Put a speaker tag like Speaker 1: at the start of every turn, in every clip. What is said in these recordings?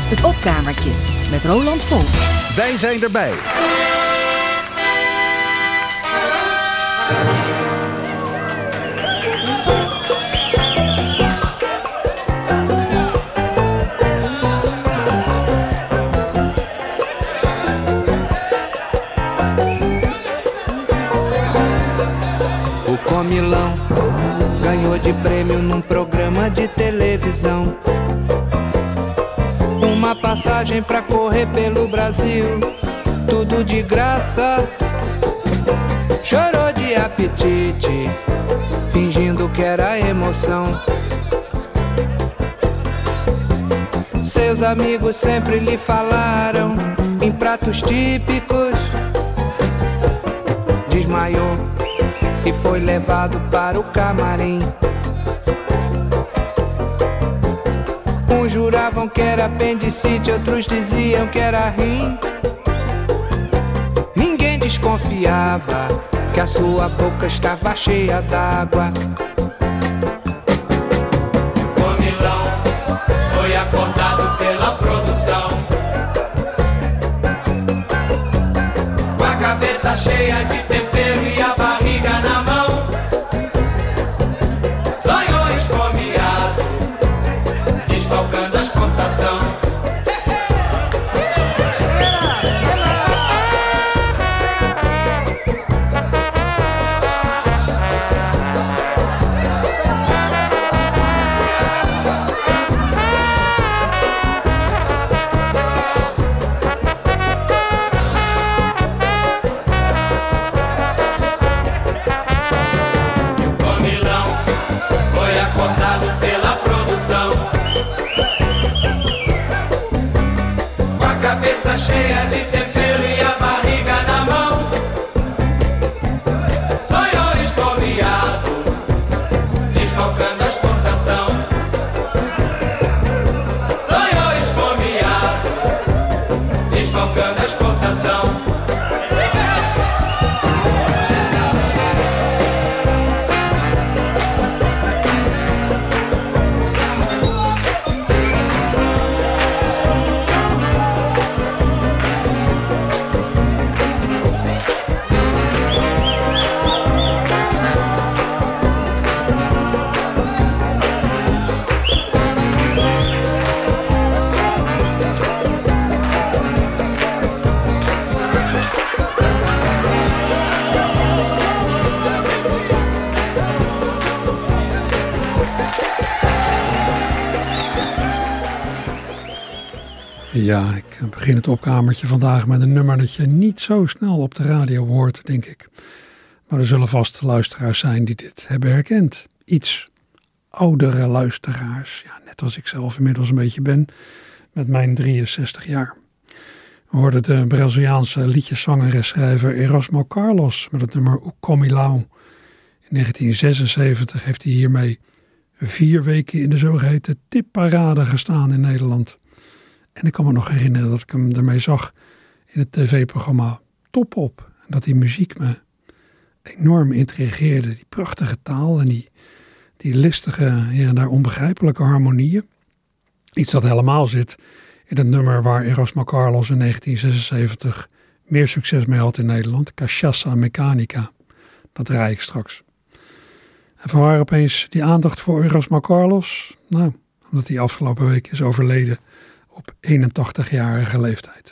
Speaker 1: Het opkamertje met Roland Vonk.
Speaker 2: Wij zijn erbij.
Speaker 3: O Comilão ganhou de prêmio num programa de televisão. Uma passagem pra correr pelo Brasil, tudo de graça. Chorou de apetite, fingindo que era emoção. Seus amigos sempre lhe falaram em pratos típicos. Desmaiou e foi levado para o camarim. Uns juravam que era apendicite, outros diziam que era rim. Ninguém desconfiava que a sua boca estava cheia d'água. O Comilão foi acordado pela produção, com a cabeça cheia de tempero e a barriga na mão. Sonhou esfomeado, desfalcando a exportação. Cheia de tempero e a barriga na mão. Sonhou esfomeado, desfalcando a exportação. Sonhou esfomeado, desfalcando a exportação.
Speaker 4: Ja, ik begin het opkamertje vandaag met een nummer dat je niet zo snel op de radio hoort, denk ik. Maar er zullen vast luisteraars zijn die dit hebben herkend. Iets oudere luisteraars, ja, net als ik zelf inmiddels een beetje ben, met mijn 63 jaar. We hoorden de Braziliaanse liedjeszanger en schrijver Erasmo Carlos met het nummer O Comilão. In 1976 heeft hij hiermee 4 weken in de zogeheten tipparade gestaan in Nederland. En ik kan me nog herinneren dat ik hem daarmee zag in het tv-programma Top Op. En dat die muziek me enorm intrigeerde. Die prachtige taal en die listige, hier en daar onbegrijpelijke harmonieën. Iets dat helemaal zit in het nummer waar Erasmo Carlos in 1976 meer succes mee had in Nederland. Cachaça Mecânica. Dat draai ik straks. En vanwaar opeens die aandacht voor Erasmo Carlos? Nou, omdat hij afgelopen week is overleden op 81-jarige leeftijd.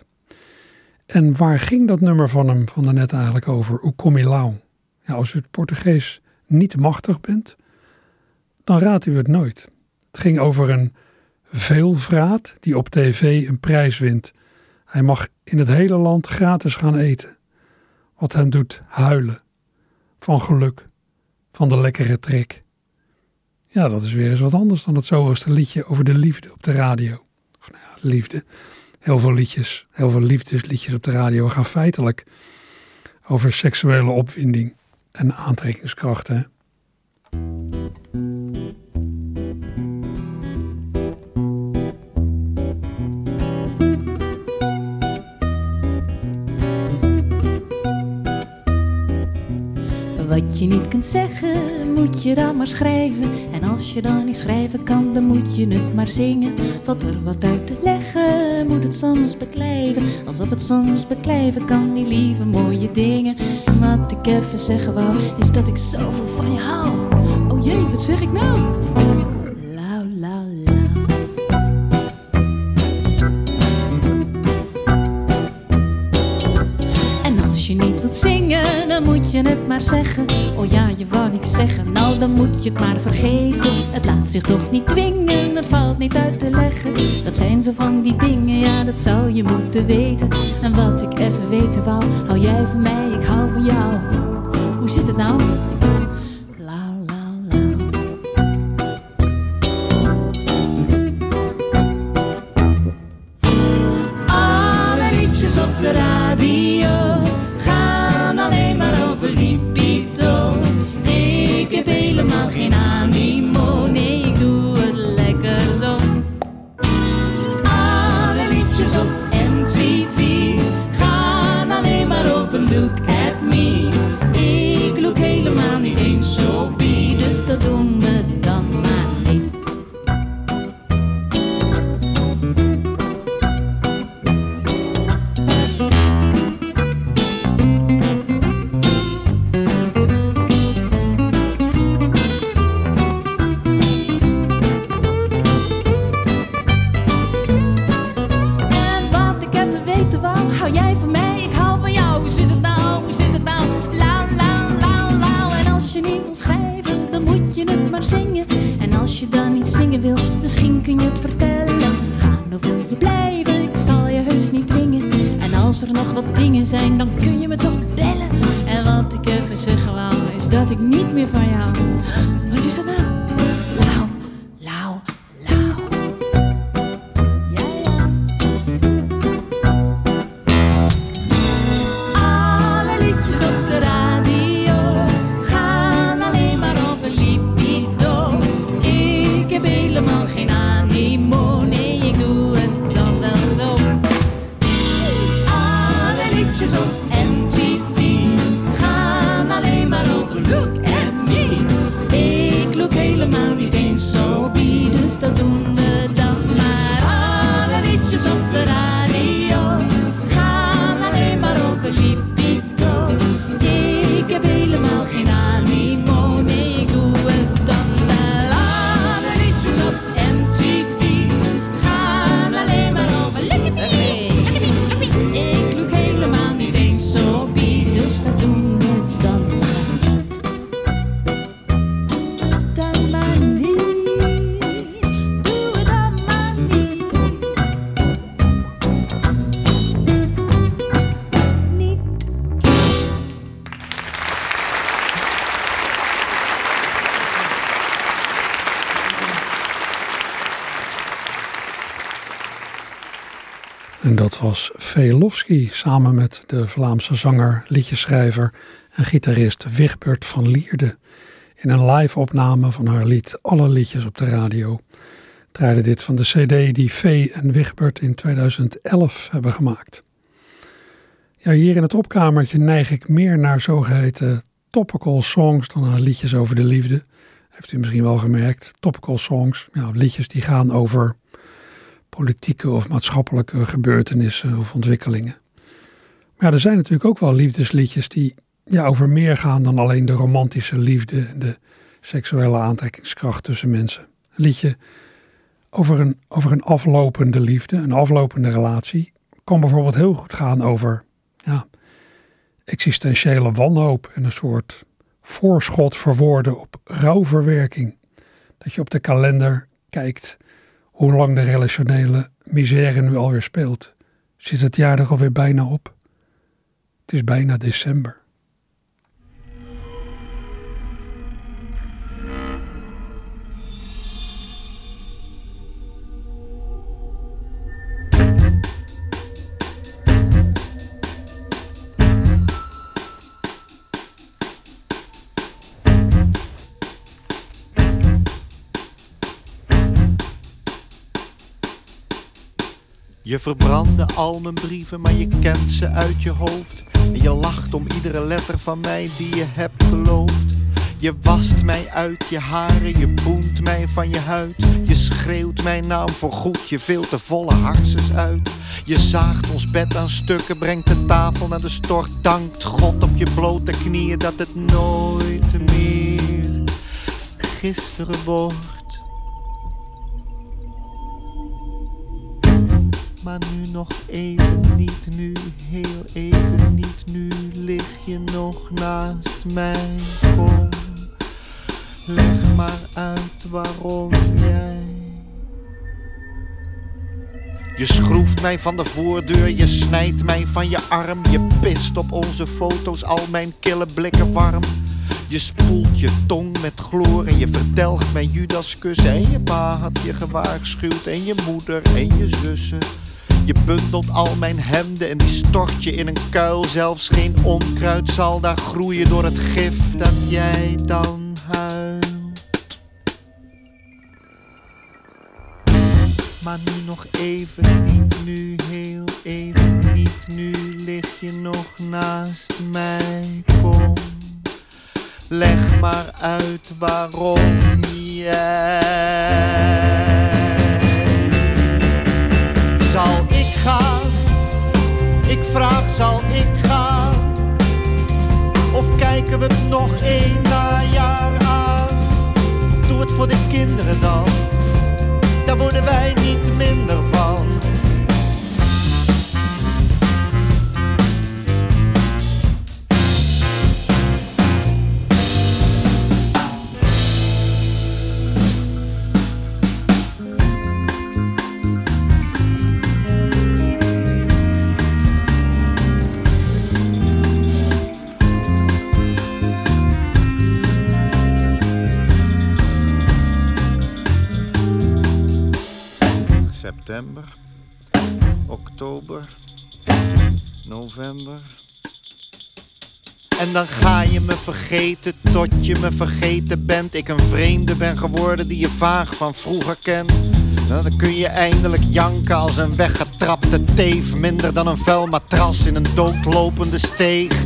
Speaker 4: En waar ging dat nummer van hem van daarnet eigenlijk over? O Comilão. Ja, als u het Portugees niet machtig bent, dan raadt u het nooit. Het ging over een veelvraat die op tv een prijs wint. Hij mag in het hele land gratis gaan eten. Wat hem doet huilen. Van geluk. Van de lekkere trek. Ja, dat is weer eens wat anders dan het zoveelste liedje over de liefde op de radio. Of nou ja, liefde. Heel veel liedjes, heel veel liefdesliedjes op de radio gaan feitelijk over seksuele opwinding en aantrekkingskracht. Hè?
Speaker 5: Wat je niet kunt zeggen,
Speaker 2: moet je dan maar schrijven. En als je dan niet schrijven kan, dan moet je het maar zingen. Valt er wat uit te leggen, moet het soms beklijven. Alsof het soms beklijven kan, die lieve mooie dingen. En wat ik even zeggen wou, is dat ik zoveel van je hou. Oh jee, wat zeg ik nou? Lau, lau, lau. En als je niet wilt zingen, dan moet je het maar zeggen. Oh ja, je wou niks zeggen, nou dan moet je het maar vergeten. Het laat zich toch niet dwingen, het valt niet uit te leggen. Dat zijn zo van die dingen, ja dat zou je moeten weten. En wat ik even weten wou, hou jij van mij, ik hou van jou. Hoe zit het nou?
Speaker 5: Op de radio gaan alleen maar over libido. Ik heb helemaal geen animo, nee ik doe het lekker zo. Alle liedjes op MTV gaan alleen maar over look at me. Ik look helemaal niet eens zo bi, dus dat doen we dan maar niet. Misschien kun je het vertellen. Ga, of wil je blijven? Ik zal je heus niet dwingen. En als er nog wat dingen zijn, dan kun je me toch bellen. En wat ik even zeggen wou, is dat ik niet meer van jou. Wat is dat nou? Lau, lau, lau. Ja, ja. Alle liedjes op de radio gaan alleen maar over libido. Ik heb helemaal geen animo, nee, ik doe het dan wel zo. Alle liedjes op MTV gaan alleen maar over look at me. Ik look helemaal niet eens zo bi, dus dat doen we dan maar. Alle liedjes op de radio gaan alleen maar over libido. Ik heb helemaal geen animo, nee, ik doe het dan wel. Alle liedjes op MTV gaan alleen maar over look at me. Ik look helemaal niet eens zo bi, dus dat doen we dan maar niet. Dan maar niet. Doe het dan maar niet. Niet.
Speaker 4: En dat was Velofsky samen met de Vlaamse zanger, liedjeschrijver en gitarist Wigbert van Lierde. In een live-opname van haar lied Alle liedjes op de radio draaide dit van de cd die Vee en Wigbert in 2011 hebben gemaakt. Ja, hier in het opkamertje neig ik meer naar zogeheten topical songs dan naar liedjes over de liefde. Heeft u misschien wel gemerkt. Topical songs, ja, liedjes die gaan over politieke of maatschappelijke gebeurtenissen of ontwikkelingen. Maar ja, er zijn natuurlijk ook wel liefdesliedjes die over meer gaan dan alleen de romantische liefde en de seksuele aantrekkingskracht tussen mensen. Een liedje over een aflopende liefde, een aflopende relatie, kan bijvoorbeeld heel goed gaan over existentiële wanhoop en een soort voorschot verwoorden op rouwverwerking. Dat je op de kalender kijkt hoe lang de relationele misère nu alweer speelt. Zit het jaar er alweer bijna op? Het is bijna december.
Speaker 6: Je verbrandde al mijn brieven, maar je kent ze uit je hoofd. En je lacht om iedere letter van mij die je hebt geloofd. Je wast mij uit je haren, je boent mij van je huid. Je schreeuwt mijn naam voorgoed, je veelt de volle hartjes uit. Je zaagt ons bed aan stukken, brengt de tafel naar de stort. Dankt God op je blote knieën dat het nooit meer gisteren wordt. Maar nu nog even niet, nu heel even niet. Nu lig je nog naast mij, kom. Leg maar uit waarom jij. Je schroeft mij van de voordeur, je snijdt mij van je arm. Je pist op onze foto's al mijn kille blikken warm. Je spoelt je tong met chloor en je verdelgt mijn Judaskus. En je pa had je gewaarschuwd en je moeder en je zussen. Je bundelt al mijn hemden en die stort je in een kuil. Zelfs geen onkruid zal daar groeien door het gif dat jij dan huilt. Maar nu nog even niet, nu heel even niet. Nu lig je nog naast mij, kom. Leg maar uit waarom jij. Zal ik gaan? Ik vraag, zal ik gaan? Of kijken we het nog een najaar aan? Doe het voor de kinderen dan. Daar worden wij niet minder van. September, oktober, november. En dan ga je me vergeten tot je me vergeten bent. Ik een vreemde ben geworden die je vaag van vroeger kent. Nou, dan kun je eindelijk janken als een weggetrapte teef. Minder dan een vuil matras in een doodlopende steeg.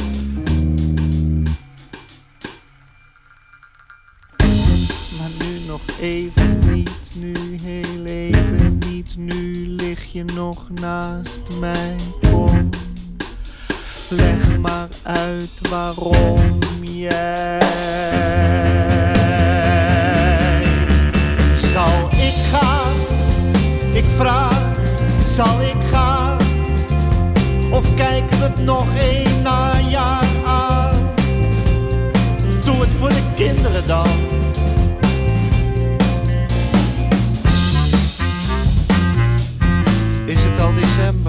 Speaker 6: Maar nu nog even niet, nu heel even niet. Nu lig je nog naast mij, kom. Leg maar uit waarom jij. Zal ik gaan? Ik vraag, zal ik gaan? Of kijken we het nog een najaar aan? Doe het voor de kinderen dan. Is het al december?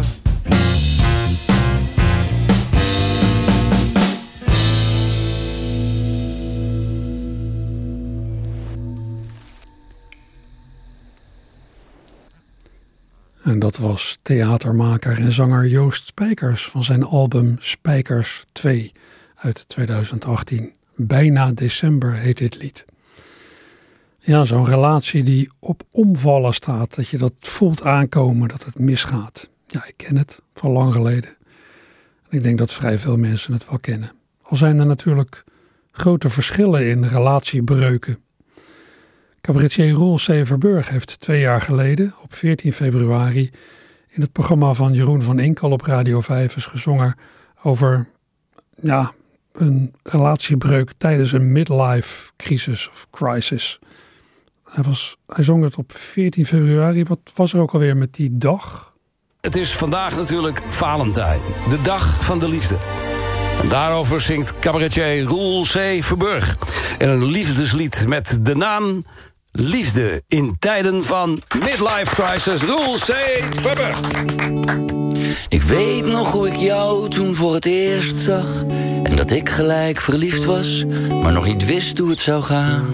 Speaker 4: En dat was theatermaker en zanger Joost Spijkers van zijn album Spijkers 2 uit 2018. Bijna december heet dit lied. Ja, zo'n relatie die op omvallen staat, dat je dat voelt aankomen, dat het misgaat. Ja, ik ken het van lang geleden. En ik denk dat vrij veel mensen het wel kennen. Al zijn er natuurlijk grote verschillen in relatiebreuken. Cabaretier Roel C. Verburg heeft 2 jaar geleden, op 14 februari, in het programma van Jeroen van Inkel op Radio 5 is gezongen over een relatiebreuk tijdens een midlife crisis of crisis. Hij zong het op 14 februari. Wat was er ook alweer met die dag?
Speaker 7: Het is vandaag natuurlijk Valentijn, de dag van de liefde. En daarover zingt cabaretier Roel C. Verburg in een liefdeslied met de naam Liefde in tijden van midlife crisis. Roel C. Verburg.
Speaker 8: Ik weet nog hoe ik jou toen voor het eerst zag. En dat ik gelijk verliefd was, maar nog niet wist hoe het zou gaan.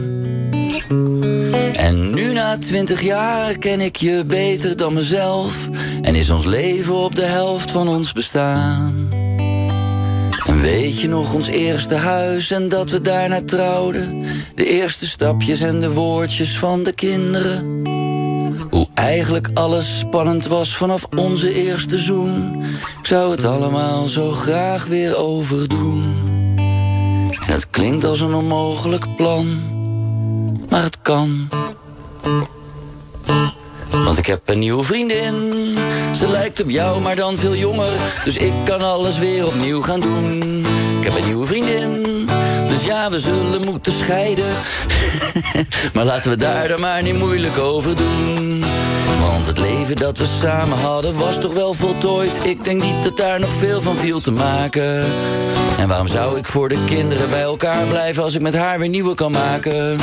Speaker 8: En nu na 20 jaar ken ik je beter dan mezelf. En is ons leven op de helft van ons bestaan. En weet je nog ons eerste huis en dat we daarna trouwden? De eerste stapjes en de woordjes van de kinderen. Hoe eigenlijk alles spannend was vanaf onze eerste zoen. Ik zou het allemaal zo graag weer overdoen. En het klinkt als een onmogelijk plan, maar het kan. Want ik heb een nieuwe vriendin. Ze lijkt op jou, maar dan veel jonger. Dus ik kan alles weer opnieuw gaan doen. Ik heb een nieuwe vriendin. Dus ja, we zullen moeten scheiden. Maar laten we daar dan maar niet moeilijk over doen. Want het leven dat we samen hadden was toch wel voltooid. Ik denk niet dat daar nog veel van viel te maken. En waarom zou ik voor de kinderen bij elkaar blijven als ik met haar weer nieuwe kan maken?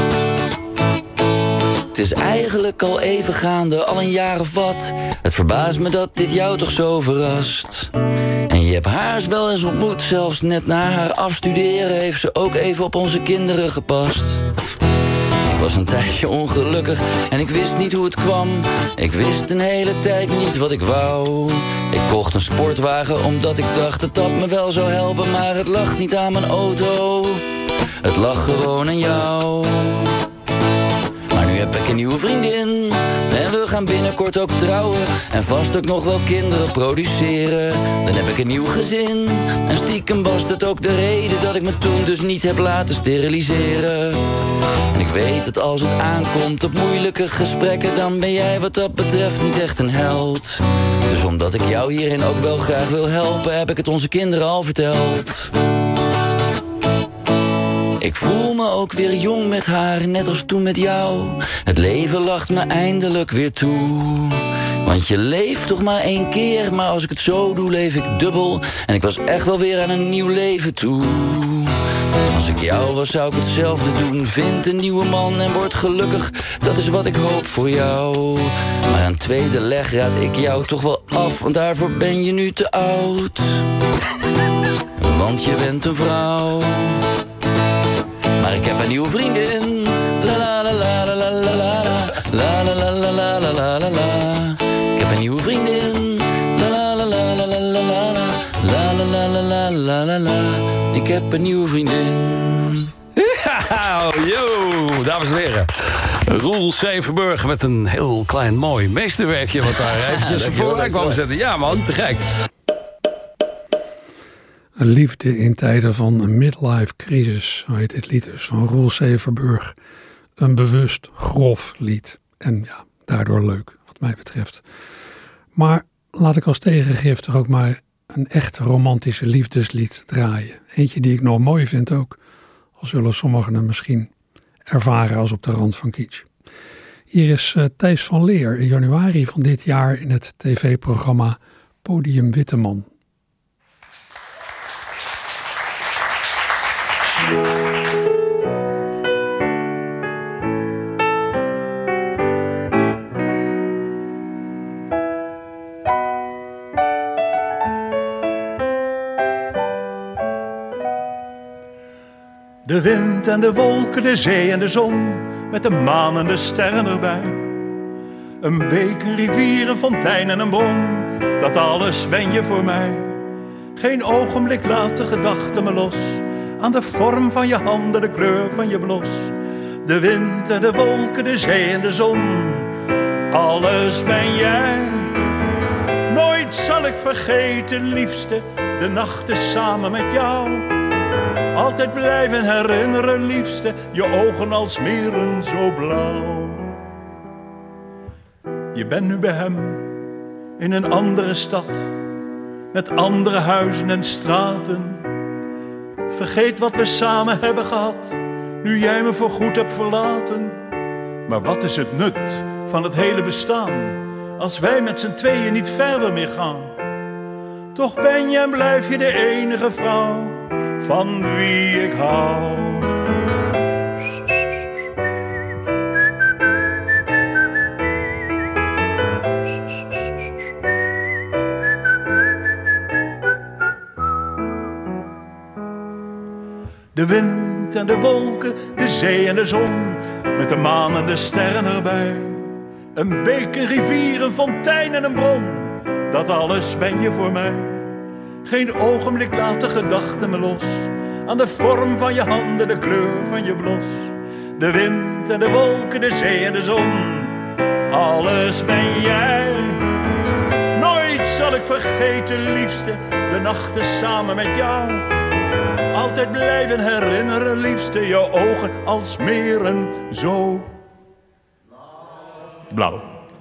Speaker 8: Het is eigenlijk al even gaande, al een jaar of wat. Het verbaast me dat dit jou toch zo verrast. En je hebt haar wel eens ontmoet, zelfs net na haar afstuderen heeft ze ook even op onze kinderen gepast. Ik was een tijdje ongelukkig en ik wist niet hoe het kwam. Ik wist een hele tijd niet wat ik wou. Ik kocht een sportwagen omdat ik dacht dat dat me wel zou helpen. Maar het lag niet aan mijn auto, het lag gewoon aan jou. Maar nu heb ik een nieuwe vriendin en we gaan binnenkort ook trouwen. En vast ook nog wel kinderen produceren. Dan heb ik een nieuw gezin. En stiekem was dat ook de reden dat ik me toen dus niet heb laten steriliseren. En ik weet dat als het aankomt op moeilijke gesprekken, dan ben jij wat dat betreft niet echt een held. Dus omdat ik jou hierin ook wel graag wil helpen, heb ik het onze kinderen al verteld. Ik voel me ook weer jong met haar, net als toen met jou. Het leven lacht me eindelijk weer toe. Want je leeft toch maar 1 keer, maar als ik het zo doe, leef ik dubbel. En ik was echt wel weer aan een nieuw leven toe. Als ik jou was, zou ik hetzelfde doen. Vind een nieuwe man en word gelukkig, dat is wat ik hoop voor jou. Maar aan tweede leg raad ik jou toch wel af, want daarvoor ben je nu te oud. Want je bent een vrouw. Maar ik heb een nieuwe vriendin. La la la la la la la la la la la la la la la la. Ik heb een nieuwe vriendin. La la la la la la la la la la la la la la la. Ik heb een nieuwe vriendin.
Speaker 7: Ja, yo, dames en heren. Roel C. Verburg met een heel klein mooi meesterwerkje wat daar eventjes vooruit kwam zetten. Ja man, te gek.
Speaker 4: Een liefde in tijden van een midlife crisis, zo heet dit lied dus, van Roel C. Verburg. Een bewust grof lied. En ja, daardoor leuk, wat mij betreft. Maar laat ik als tegengif toch ook maar een echt romantische liefdeslied draaien. Eentje die ik nog mooi vind ook, al zullen sommigen hem misschien ervaren als op de rand van kitsch. Hier is Thijs van Leer in januari van dit jaar in het tv-programma Podium Witteman.
Speaker 9: De wind en de wolken, de zee en de zon, met de maan en de sterren erbij. Een beek, een rivier, een fontein en een bron, dat alles ben je voor mij. Geen ogenblik laat de gedachte me los, aan de vorm van je handen, de kleur van je blos. De wind en de wolken, de zee en de zon, alles ben jij. Nooit zal ik vergeten, liefste, de nachten samen met jou. Altijd blijven herinneren, liefste, je ogen als meren zo blauw. Je bent nu bij hem, in een andere stad, met andere huizen en straten. Vergeet wat we samen hebben gehad, nu jij me voorgoed hebt verlaten. Maar wat is het nut van het hele bestaan, als wij met z'n tweeën niet verder meer gaan? Toch ben je en blijf je de enige vrouw van wie ik hou. De wind en de wolken, de zee en de zon, met de maan en de sterren erbij. Een beek, een rivier, een fontein en een bron, dat alles ben je voor mij. Geen ogenblik laat de gedachte me los, aan de vorm van je handen, de kleur van je blos. De wind en de wolken, de zee en de zon, alles ben jij. Nooit zal ik vergeten, liefste, de nachten samen met jou. altijd blijven herinneren, liefste, je ogen als meren zo blauw.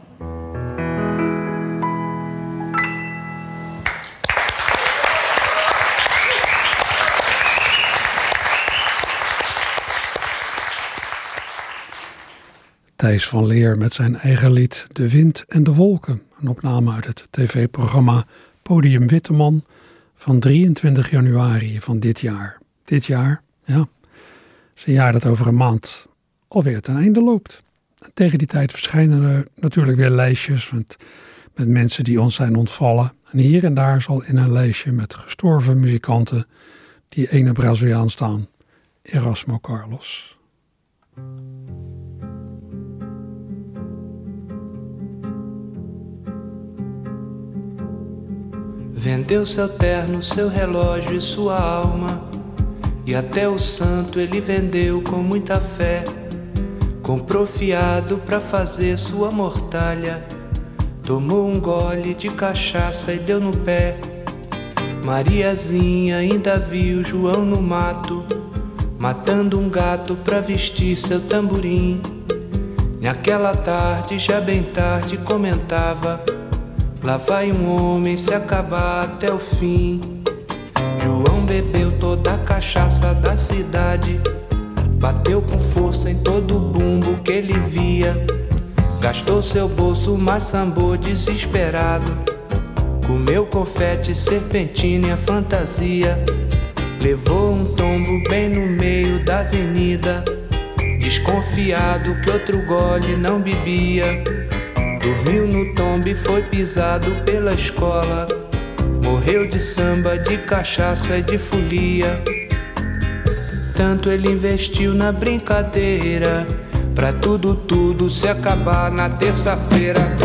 Speaker 4: Thijs van Leer met zijn eigen lied De Wind en de Wolken. Een opname uit het tv-programma Podium Witteman van 23 januari van dit jaar. Dit jaar, ja, is een jaar dat over een maand alweer ten einde loopt. En tegen die tijd verschijnen er natuurlijk weer lijstjes met mensen die ons zijn ontvallen. En hier en daar zal in een lijstje met gestorven muzikanten die ene Braziliaan staan, Erasmo Carlos.
Speaker 3: Vendeu seu terno, seu relógio e sua alma, e até o santo ele vendeu com muita fé. Comprou fiado pra fazer sua mortalha, tomou gole de cachaça e deu no pé. Mariazinha ainda viu João no mato, matando gato pra vestir seu tamborim. Naquela tarde, já bem tarde, comentava: lá vai homem se acabar até o fim. João bebeu toda a cachaça da cidade, bateu com força em todo o bumbo que ele via. Gastou seu bolso, mas sambou desesperado. Comeu confete, serpentina e a fantasia. Levou tombo bem no meio da avenida, desconfiado que outro gole não bebia. Dormiu no tombo e foi pisado pela escola. Morreu de samba, de cachaça e de folia. Tanto ele investiu na brincadeira, pra tudo se acabar na terça-feira.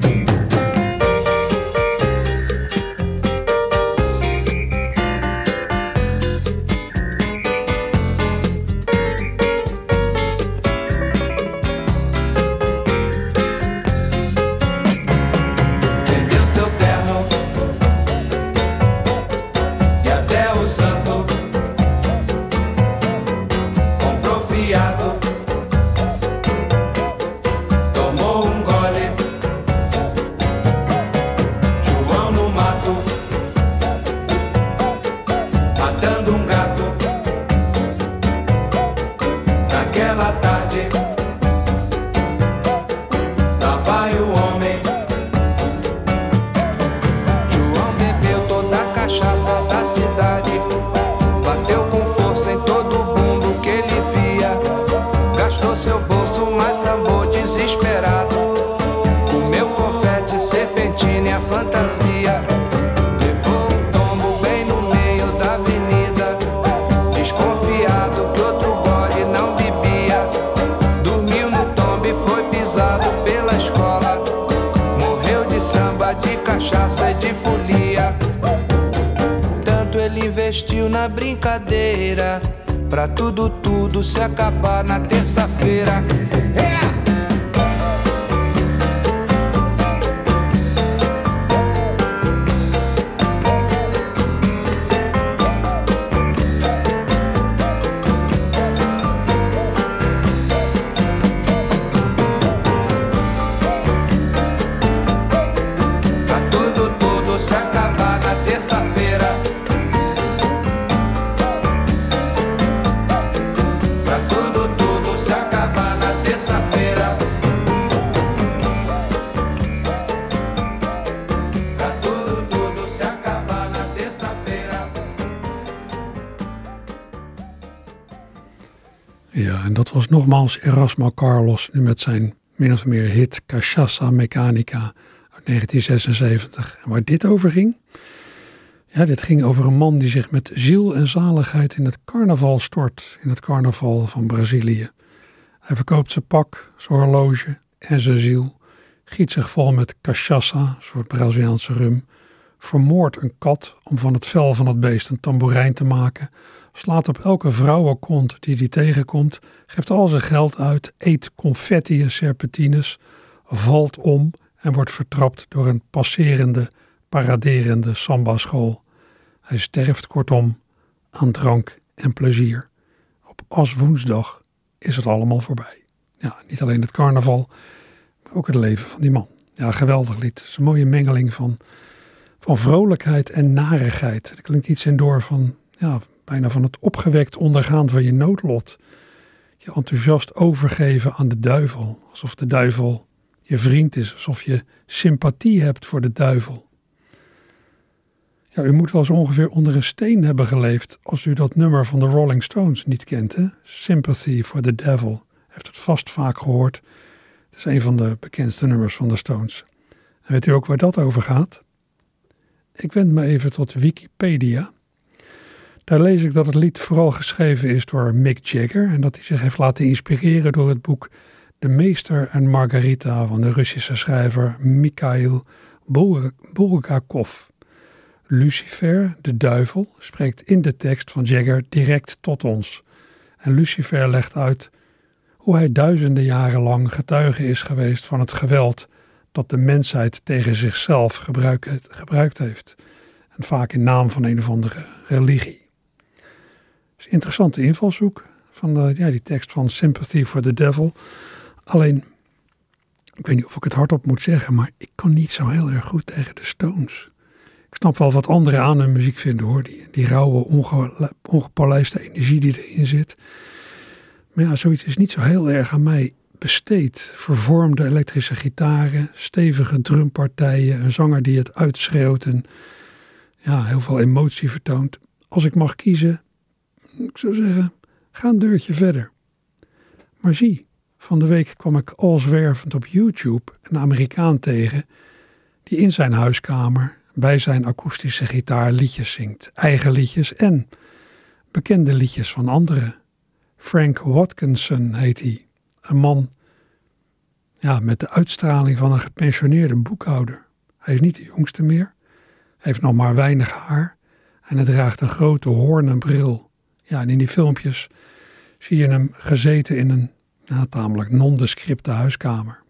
Speaker 3: Investiu na brincadeira, pra tudo se acabar na terça-feira. Pra tudo se acabar na terça-feira.
Speaker 4: Ja, en dat was nogmaals Erasmo Carlos, nu met zijn min of meer hit Cachaça Mecânica uit 1976. En waar dit over ging? Ja, dit ging over een man die zich met ziel en zaligheid in het carnaval stort, in het carnaval van Brazilië. Hij verkoopt zijn pak, zijn horloge en zijn ziel, giet zich vol met cachaça, een soort Braziliaanse rum, vermoordt een kat om van het vel van het beest een tamboerijn te maken, slaat op elke vrouwenkont die hij tegenkomt, geeft al zijn geld uit, eet confetti en serpentines, valt om en wordt vertrapt door een paraderende samba-school. Hij sterft kortom aan drank en plezier. Op Aswoensdag is het allemaal voorbij. Ja, niet alleen het carnaval, maar ook het leven van die man. Ja, geweldig lied. Het is een mooie mengeling van vrolijkheid en narigheid. Er klinkt iets in door van, ja, bijna van het opgewekt ondergaan van je noodlot. Je enthousiast overgeven aan de duivel. Alsof de duivel je vriend is. Alsof je sympathie hebt voor de duivel. Ja, u moet wel eens ongeveer onder een steen hebben geleefd als u dat nummer van de Rolling Stones niet kent, hè? Sympathy for the Devil. U heeft het vast vaak gehoord. Het is een van de bekendste nummers van de Stones. En weet u ook waar dat over gaat? Ik wend me even tot Wikipedia. Daar lees ik dat het lied vooral geschreven is door Mick Jagger en dat hij zich heeft laten inspireren door het boek De Meester en Margarita van de Russische schrijver Mikhail Bulgakov. Lucifer, de duivel, spreekt in de tekst van Jagger direct tot ons. En Lucifer legt uit hoe hij duizenden jaren lang getuige is geweest van het geweld dat de mensheid tegen zichzelf gebruikt heeft. En vaak in naam van een of andere religie. Het is een interessante invalshoek van die tekst van Sympathy for the Devil. Alleen, ik weet niet of ik het hardop moet zeggen, maar ik kan niet zo heel erg goed tegen de Stones. Ik snap wel wat anderen aan hun muziek vinden hoor. Die rauwe, ongepolijste energie die erin zit. Maar ja, zoiets is niet zo heel erg aan mij besteed. Vervormde elektrische gitaren, stevige drumpartijen, een zanger die het uitschreeuwt en ja, heel veel emotie vertoont. Als ik mag kiezen, ik zou zeggen, ga een deurtje verder. Maar zie, van de week kwam ik al zwervend op YouTube een Amerikaan tegen die in zijn huiskamer bij zijn akoestische gitaar liedjes zingt. Eigen liedjes en bekende liedjes van anderen. Frank Watkinson heet hij. Een man met de uitstraling van een gepensioneerde boekhouder. Hij is niet de jongste meer. Hij heeft nog maar weinig haar. En hij draagt een grote hoornen bril. Ja, en in die filmpjes zie je hem gezeten in een tamelijk nondescripte huiskamer.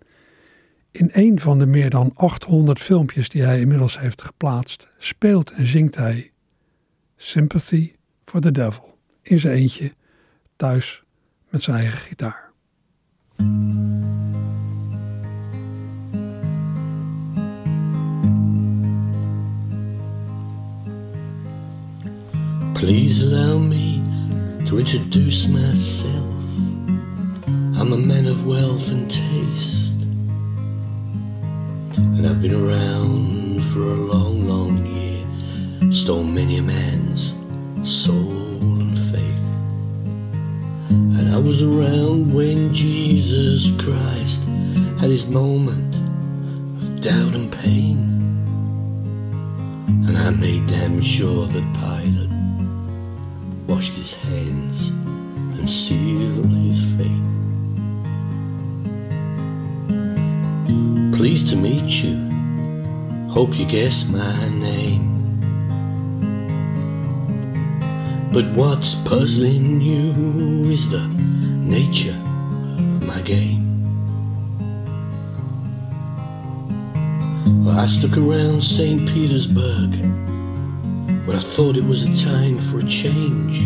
Speaker 4: In een van de meer dan 800 filmpjes die hij inmiddels heeft geplaatst, speelt en zingt hij Sympathy for the Devil. In zijn eentje, thuis met zijn eigen gitaar.
Speaker 10: Please allow me to introduce myself. I'm a man of wealth and taste, and I've been around for a long, long year. Stole many a man's soul and faith. And I was around when Jesus Christ had his moment of doubt and pain. And I made damn sure that Pilate washed his hands and sealed his fate. Pleased to meet you, hope you guess my name. But what's puzzling you is the nature of my game. Well, I stuck around St. Petersburg when I thought it was a time for a change.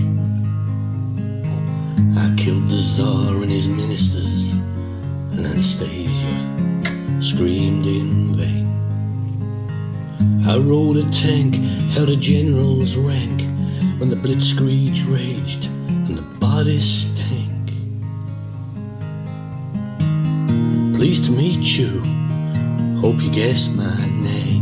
Speaker 10: I killed the Tsar and his ministers, and Anastasia screamed in vain. I rode a tank, held a general's rank, when the blitzkrieg raged and the bodies stank. Pleased to meet you, hope you guess my name.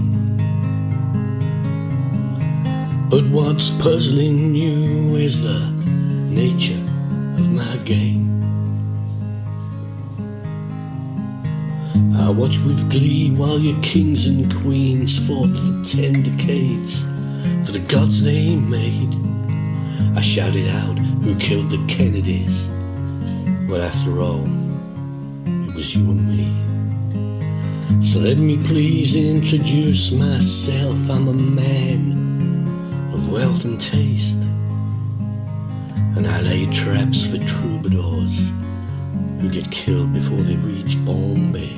Speaker 10: But what's puzzling you is the nature of my game. I watched with glee while your kings and queens fought for 10 decades for the gods they made. I shouted out who killed the Kennedys, but after all, it was you and me. So let me please introduce myself. I'm a man of wealth and taste, and I lay traps for troubadours who get killed before they reach Bombay.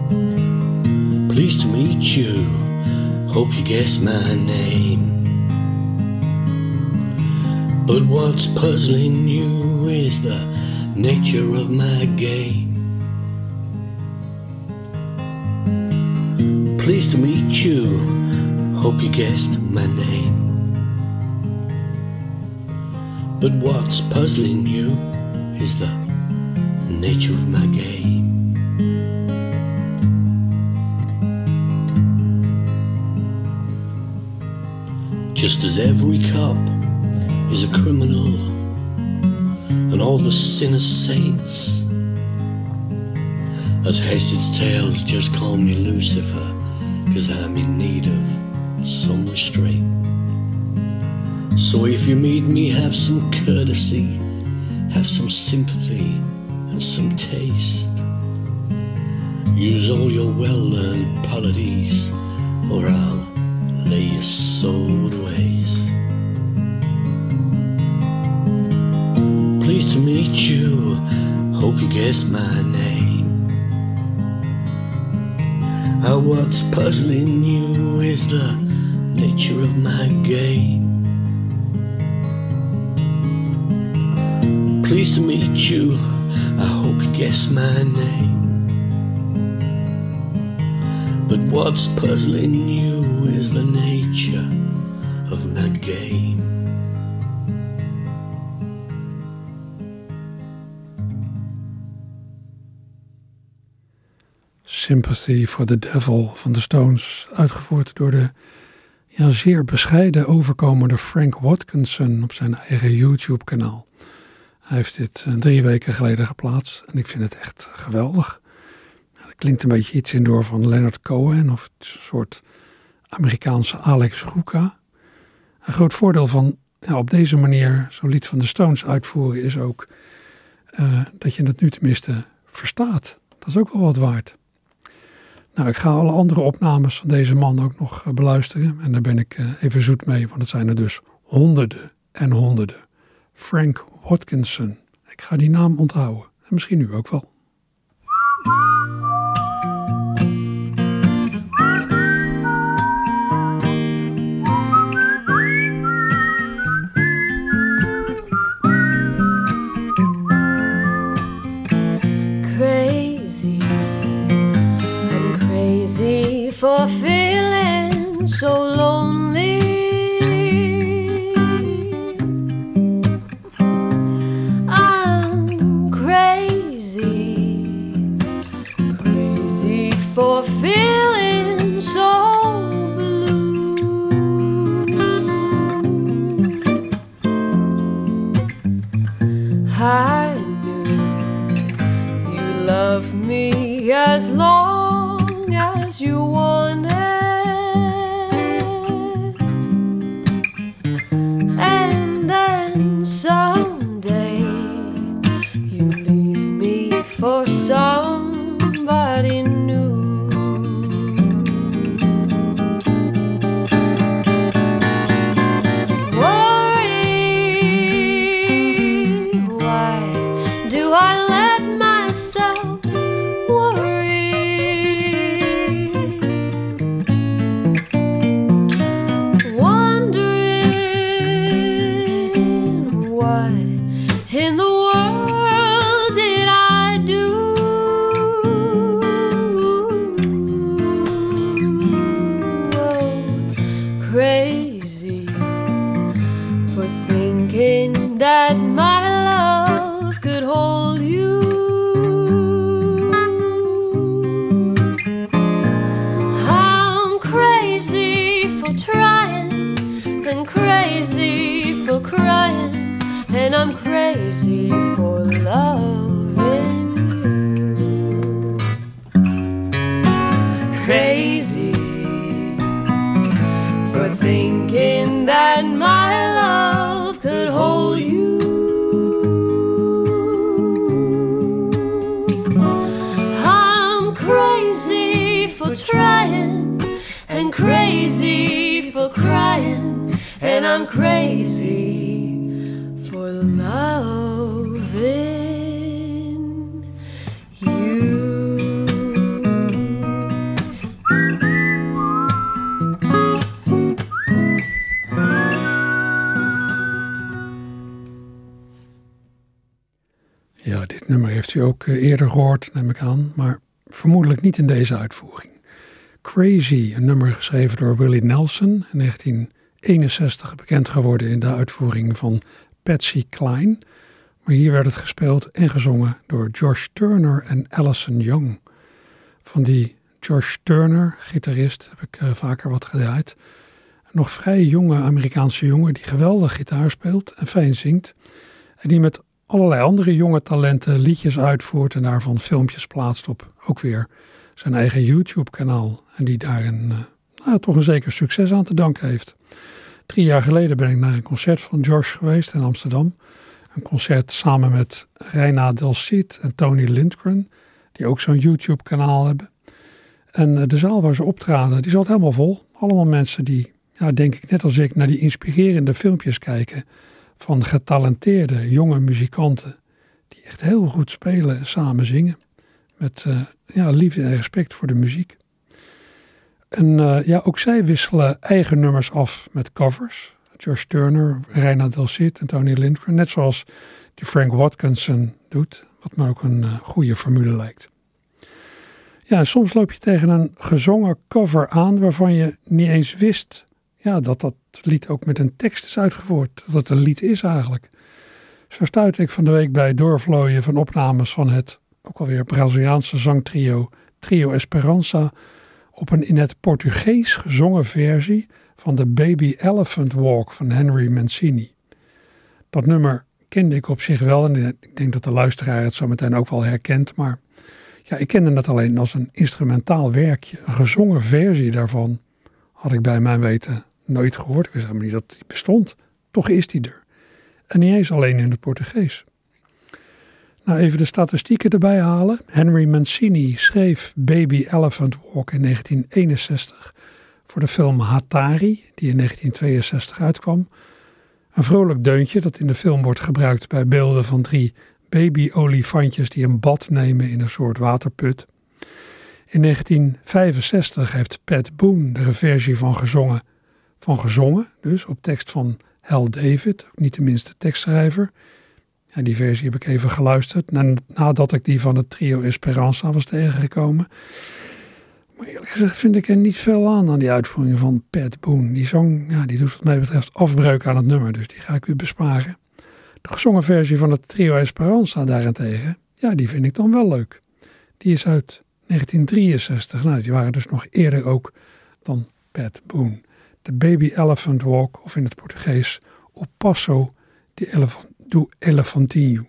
Speaker 10: Pleased to meet you, hope you guess my name. But what's puzzling you is the nature of my game. Pleased to meet you, hope you guessed my name. But what's puzzling you is the nature of my game. Just as every cop is a criminal and all the sinners saints, as Hester's tales just call me Lucifer, 'cause I'm in need of some restraint. So if you meet me, have some courtesy, have some sympathy and some taste. Use all your well-learned polities, or I'll lay your soul to waste. Pleased to meet you, hope you guess my name. What's puzzling you is the nature of my game. Pleased to meet you, I hope you guess my name. But what's puzzling you is the nature of my game.
Speaker 4: Sympathy for the Devil van de Stones, uitgevoerd door de zeer bescheiden overkomende Frank Watkinson op zijn eigen YouTube-kanaal. Hij heeft dit 3 weken geleden geplaatst en ik vind het echt geweldig. Er klinkt een beetje iets in door van Leonard Cohen of een soort Amerikaanse Alex Ruka. Een groot voordeel van op deze manier zo'n lied van de Stones uitvoeren is ook dat je het nu tenminste verstaat. Dat is ook wel wat waard. Nou, ik ga alle andere opnames van deze man ook nog beluisteren. En daar ben ik even zoet mee, want het zijn er dus honderden en honderden. Frank Watkinson. Ik ga die naam onthouden. En misschien u ook wel.
Speaker 11: For feeling so lonely, I'm crazy, crazy for feeling so blue. I knew you loved me as long as you wanted, and then someday you leave me for somebody new. Worry, why do I let myself worry? In the world did I do? Oh, crazy for thinking that my love could hold you. I'm crazy for trying and crazy for crying, and I'm crazy for loving you. Crazy for thinking that my love could hold you. I'm crazy for trying and crazy for crying, and I'm crazy for loving you.
Speaker 4: u ook eerder gehoord, neem ik aan, maar vermoedelijk niet in deze uitvoering. Crazy, een nummer geschreven door Willie Nelson, in 1961 bekend geworden in de uitvoering van Patsy Cline. Maar hier werd het gespeeld en gezongen door Josh Turner en Alison Young. Van die Josh Turner, gitarist, heb ik vaker wat gedraaid. Een nog vrij jonge Amerikaanse jongen die geweldig gitaar speelt en fijn zingt. En die met allerlei andere jonge talenten liedjes uitvoert en daarvan filmpjes plaatst op ook weer zijn eigen YouTube-kanaal. En die daarin toch een zeker succes aan te danken heeft. 3 jaar geleden ben ik naar een concert van Josh geweest in Amsterdam. Een concert samen met Reina Del Cid en Tony Lindgren, die ook zo'n YouTube-kanaal hebben. En de zaal waar ze optraden, die zat helemaal vol. Allemaal mensen die, denk ik net als ik, naar die inspirerende filmpjes kijken van getalenteerde jonge muzikanten die echt heel goed spelen en samen zingen. Met liefde en respect voor de muziek. En ook zij wisselen eigen nummers af met covers. Josh Turner, Reina Del Cid en Tony Lindgren. Net zoals die Frank Watkinson doet. Wat me ook een goede formule lijkt. Ja, en soms loop je tegen een gezongen cover aan waarvan je niet eens wist dat dat lied ook met een tekst is uitgevoerd. Dat het een lied is eigenlijk. Zo stuitte ik van de week bij doorvlooien van opnames van het ook alweer Braziliaanse zangtrio Trio Esperança op een in het Portugees gezongen versie van de Baby Elephant Walk van Henry Mancini. Dat nummer kende ik op zich wel en ik denk dat de luisteraar het zo meteen ook wel herkent, maar ik kende het alleen als een instrumentaal werkje. Een gezongen versie daarvan had ik bij mijn weten nooit gehoord. Ik wist helemaal niet dat die bestond. Toch is die er. En niet eens alleen in het Portugees. Nou, even de statistieken erbij halen. Henry Mancini schreef Baby Elephant Walk in 1961 voor de film Hatari, die in 1962 uitkwam. Een vrolijk deuntje dat in de film wordt gebruikt bij beelden van 3 baby-olifantjes die een bad nemen in een soort waterput. In 1965 heeft Pat Boone er een versie van gezongen, dus op tekst van Hal David, ook niet de minste tekstschrijver. Ja, die versie heb ik even geluisterd nadat ik die van het Trio Esperança was tegengekomen. Maar eerlijk gezegd vind ik er niet veel aan die uitvoering van Pat Boone. Die zong, die doet wat mij betreft afbreuk aan het nummer, dus die ga ik u besparen. De gezongen versie van het Trio Esperança daarentegen, die vind ik dan wel leuk. Die is uit 1963. Nou, die waren dus nog eerder ook dan Pat Boone. De Baby Elephant Walk, of in het Portugees O Passo do Elefantinho.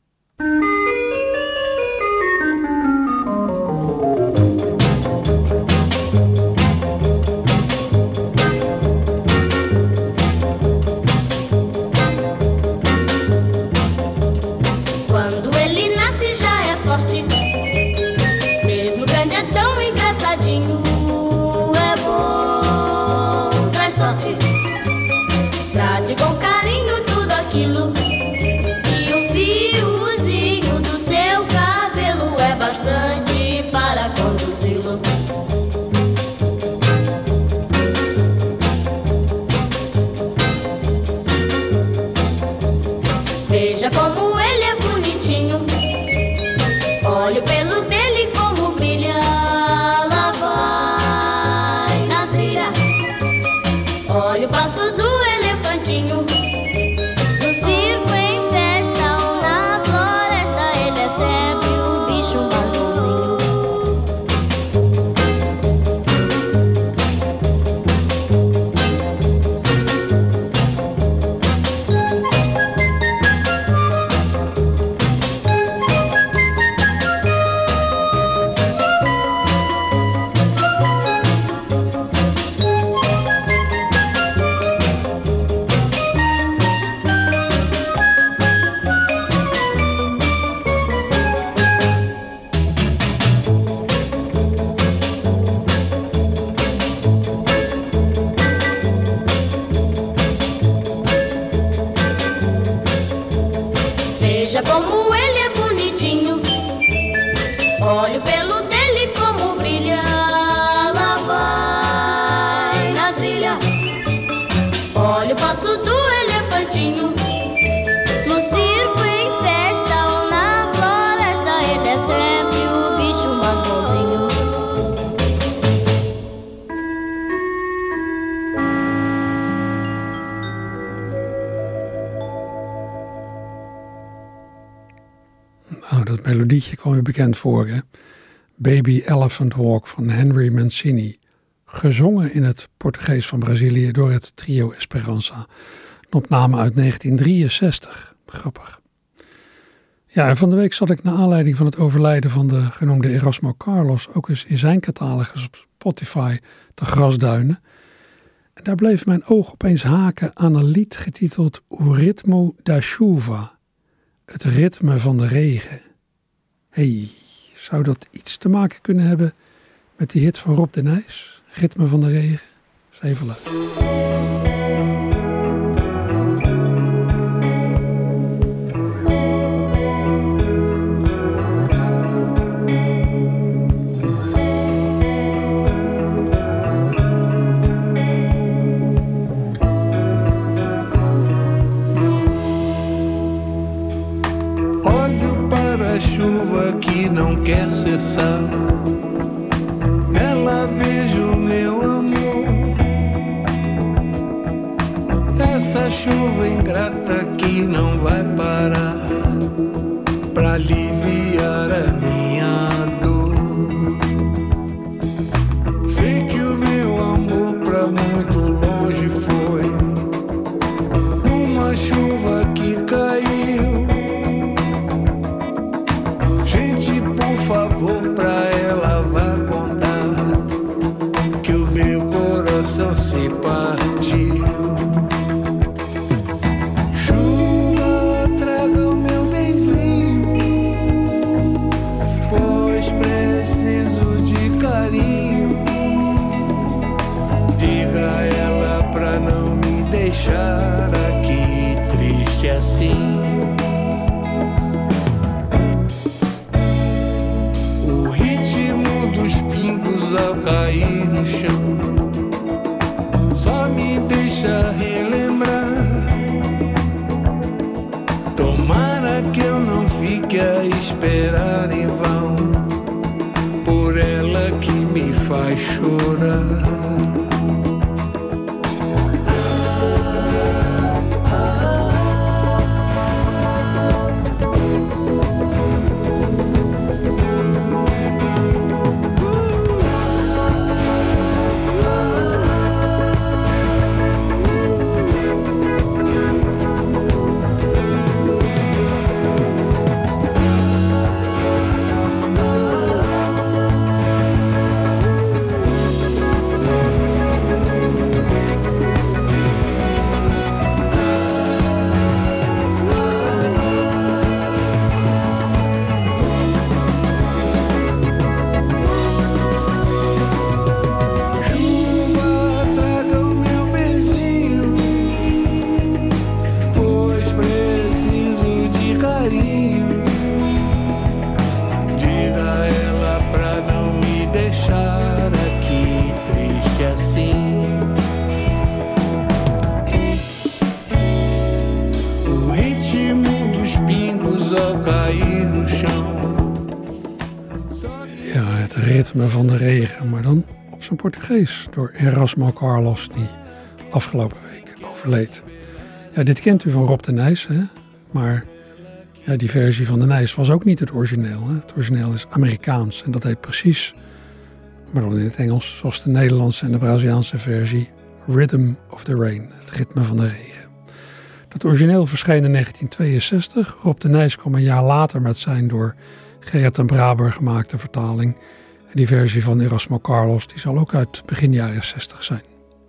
Speaker 11: Veja como ele é bonitinho, olha o pelo dele como brilha. Lá vai na trilha, olha o passo do elefantinho. No circo, em festa ou na floresta,
Speaker 4: melodietje kwam je bekend voor, hè? Baby Elephant Walk van Henry Mancini. Gezongen in het Portugees van Brazilië door het trio Esperança. Een opname uit 1963. Grappig. Ja, en van de week zat ik naar aanleiding van het overlijden van de genoemde Erasmo Carlos ook eens in zijn catalogus op Spotify te grasduinen. En daar bleef mijn oog opeens haken aan een lied getiteld O Ritmo da Chuva. Het ritme van de regen. Zou dat iets te maken kunnen hebben met die hit van Rob de Nijs? Ritme van de regen? Eens even luisteren.
Speaker 3: A chuva que não quer cessar, nela vejo meu amor. Essa chuva ingrata que não vai parar pra aliviar a minha dor. Sei que o meu amor pra muito longe foi numa chuva que caiu. Por favor, pra ela vá contar que o meu coração se partiu. Chuva, traga o meu benzinho, pois preciso de carinho. Diga a ela pra não me deixar aqui triste assim. Ao cair no chão, só me deixa relembrar. Tomara que eu não fique a esperar em vão por ela que me faz chorar.
Speaker 4: Ritme van de regen, maar dan op zijn Portugees door Erasmo Carlos, die afgelopen week overleed. Ja, dit kent u van Rob de Nijs, hè? Maar ja, die versie van de Nijs was ook niet het origineel. Hè? Het origineel is Amerikaans en dat heet precies, maar dan in het Engels, zoals de Nederlandse en de Braziliaanse versie, Rhythm of the Rain, het ritme van de regen. Dat origineel verscheen in 1962. Rob de Nijs kwam een jaar later met zijn door Gerrit ten Braber gemaakte vertaling. En die versie van Erasmo Carlos, die zal ook uit begin jaren 60 zijn.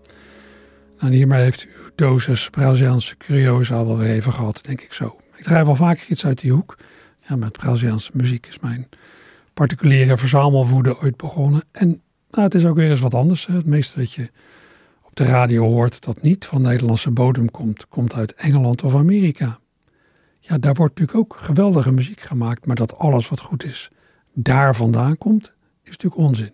Speaker 4: Nou, hiermee heeft u uw dosis Braziliaanse curiosa al wel weer even gehad, denk ik zo. Ik draai wel vaker iets uit die hoek. Ja, met Braziliaanse muziek is mijn particuliere verzamelwoede ooit begonnen. En nou, het is ook weer eens wat anders. Hè. Het meeste dat je op de radio hoort dat niet van Nederlandse bodem komt uit Engeland of Amerika. Ja, daar wordt natuurlijk ook geweldige muziek gemaakt, maar dat alles wat goed is daar vandaan komt, is natuurlijk onzin.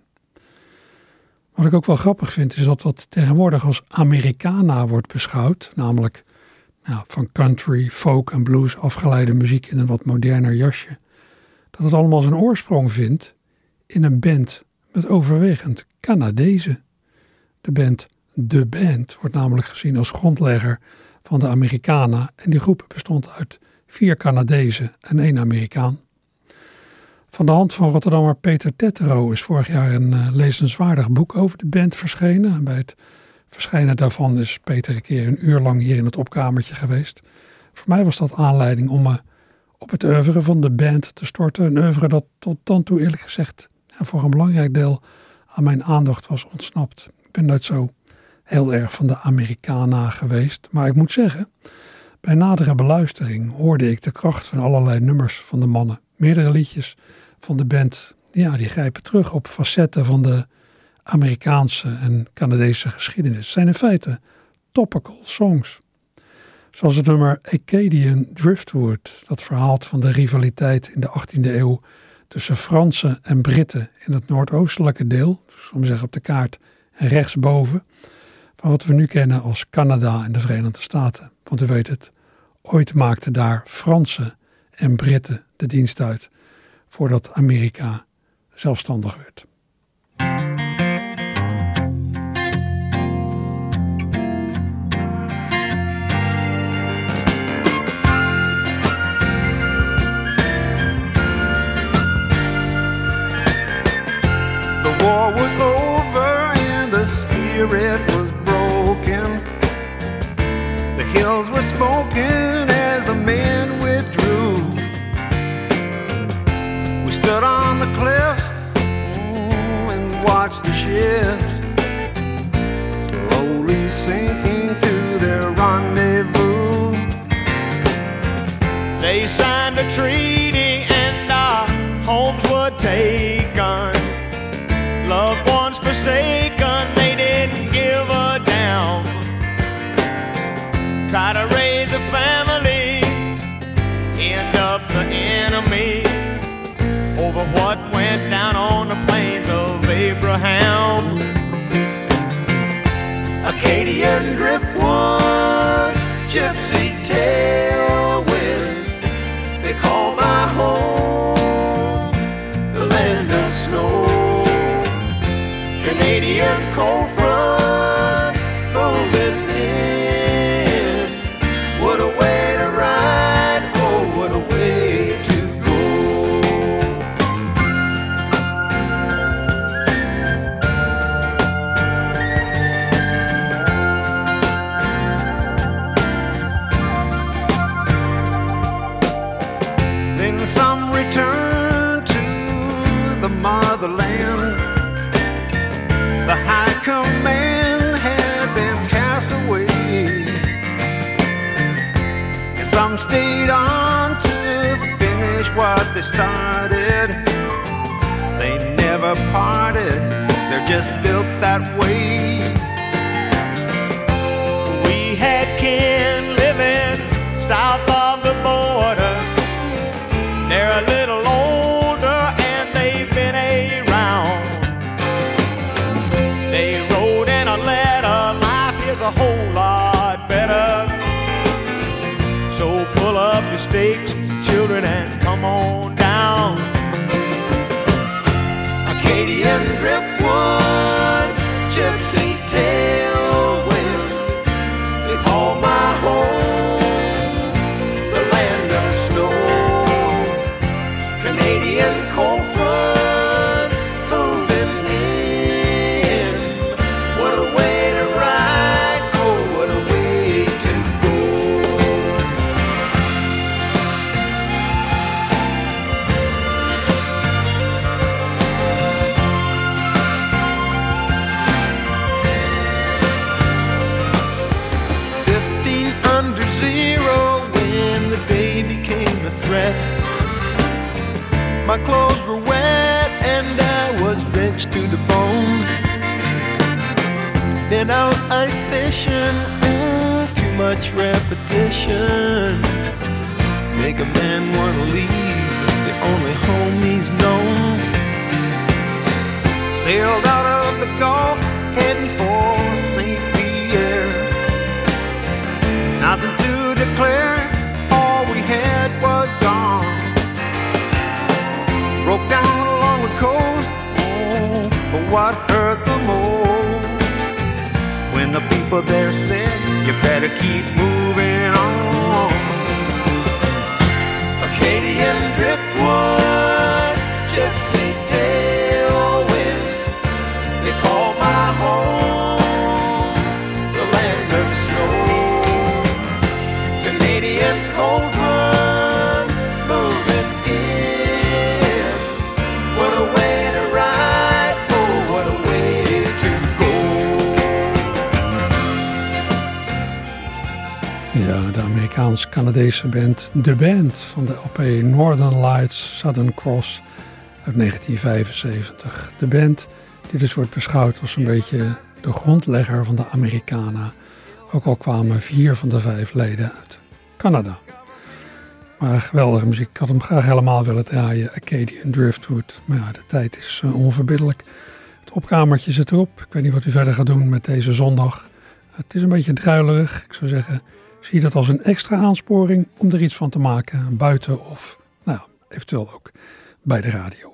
Speaker 4: Wat ik ook wel grappig vind, is dat wat tegenwoordig als Americana wordt beschouwd, namelijk van country, folk en blues afgeleide muziek in een wat moderner jasje, dat het allemaal zijn oorsprong vindt in een band met overwegend Canadezen. De band The Band wordt namelijk gezien als grondlegger van de Americana en die groep bestond uit 4 Canadezen en 1 Amerikaan. Van de hand van Rotterdammer Peter Tettero is vorig jaar een lezenswaardig boek over de band verschenen. En bij het verschijnen daarvan is Peter een keer een uur lang hier in het opkamertje geweest. Voor mij was dat aanleiding om me op het oeuvre van de band te storten. Een oeuvre dat tot dan toe eerlijk gezegd voor een belangrijk deel aan mijn aandacht was ontsnapt. Ik ben nooit zo heel erg van de Americana geweest. Maar ik moet zeggen, bij nadere beluistering hoorde ik de kracht van allerlei nummers van de mannen. Meerdere liedjes van de band, die grijpen terug op facetten van de Amerikaanse en Canadese geschiedenis. Het zijn in feite topical songs. Zoals het nummer Acadian Driftwood, dat verhaalt van de rivaliteit in de 18e eeuw tussen Fransen en Britten in het noordoostelijke deel, dus om te zeggen op de kaart rechtsboven, van wat we nu kennen als Canada en de Verenigde Staten. Want u weet het, ooit maakten daar Fransen en Britten de dienst uit voordat Amerika zelfstandig werd.
Speaker 3: The war was over and the spirit was broken. The hills were smoking as the men withdrew. We stood on the cliffs and watched the ships slowly sinking to their rendezvous. They signed a treaty and our homes were taken. Loved ones forsaken, they didn't give a damn. Try to raise a family, end up the enemy over what went down on the plains of Abraham. Acadian driftwood, gypsy tailwind, they call my home the land of snow. Canadian cold front moving in. What a way to ride, oh what a way to go. Then some return to the motherland. The high command had them cast away, and some stayed on to finish what they started. They never parted, they're just built that way. We had kin living south of the border. They're a little older and they've been around. They wrote in a letter, life is a whole lot better. So pull up your stakes, children, and come on down. Acadian driftwood, gypsy tailwind, they call my home the land of snow. Canadian cold front moving in. What a way to ride, oh what a way to go. Under zero when the day became a threat. My clothes were wet and I was drenched to the bone. Been out ice fishing, too much repetition. Make a man wanna leave the only home he's known. Sailed out of the Gulf, heading for St. Pierre. Nothing to declare, all we had was gone. Broke down along the coast, oh, but what hurt the most? When the people there said, you better keep moving on. Acadian driftwood,
Speaker 4: Amerikaans-Canadese band The Band van de LP Northern Lights Southern Cross uit 1975. De band die dus wordt beschouwd als een beetje de grondlegger van de Americana. Ook al kwamen 4 van de 5 leden uit Canada. Maar geweldige muziek. Ik had hem graag helemaal willen draaien. Acadian Driftwood. Maar ja, de tijd is onverbiddelijk. Het opkamertje zit erop. Ik weet niet wat u verder gaat doen met deze zondag. Het is een beetje druilerig. Ik zou zeggen, zie dat als een extra aansporing om er iets van te maken. Buiten of eventueel ook bij de radio.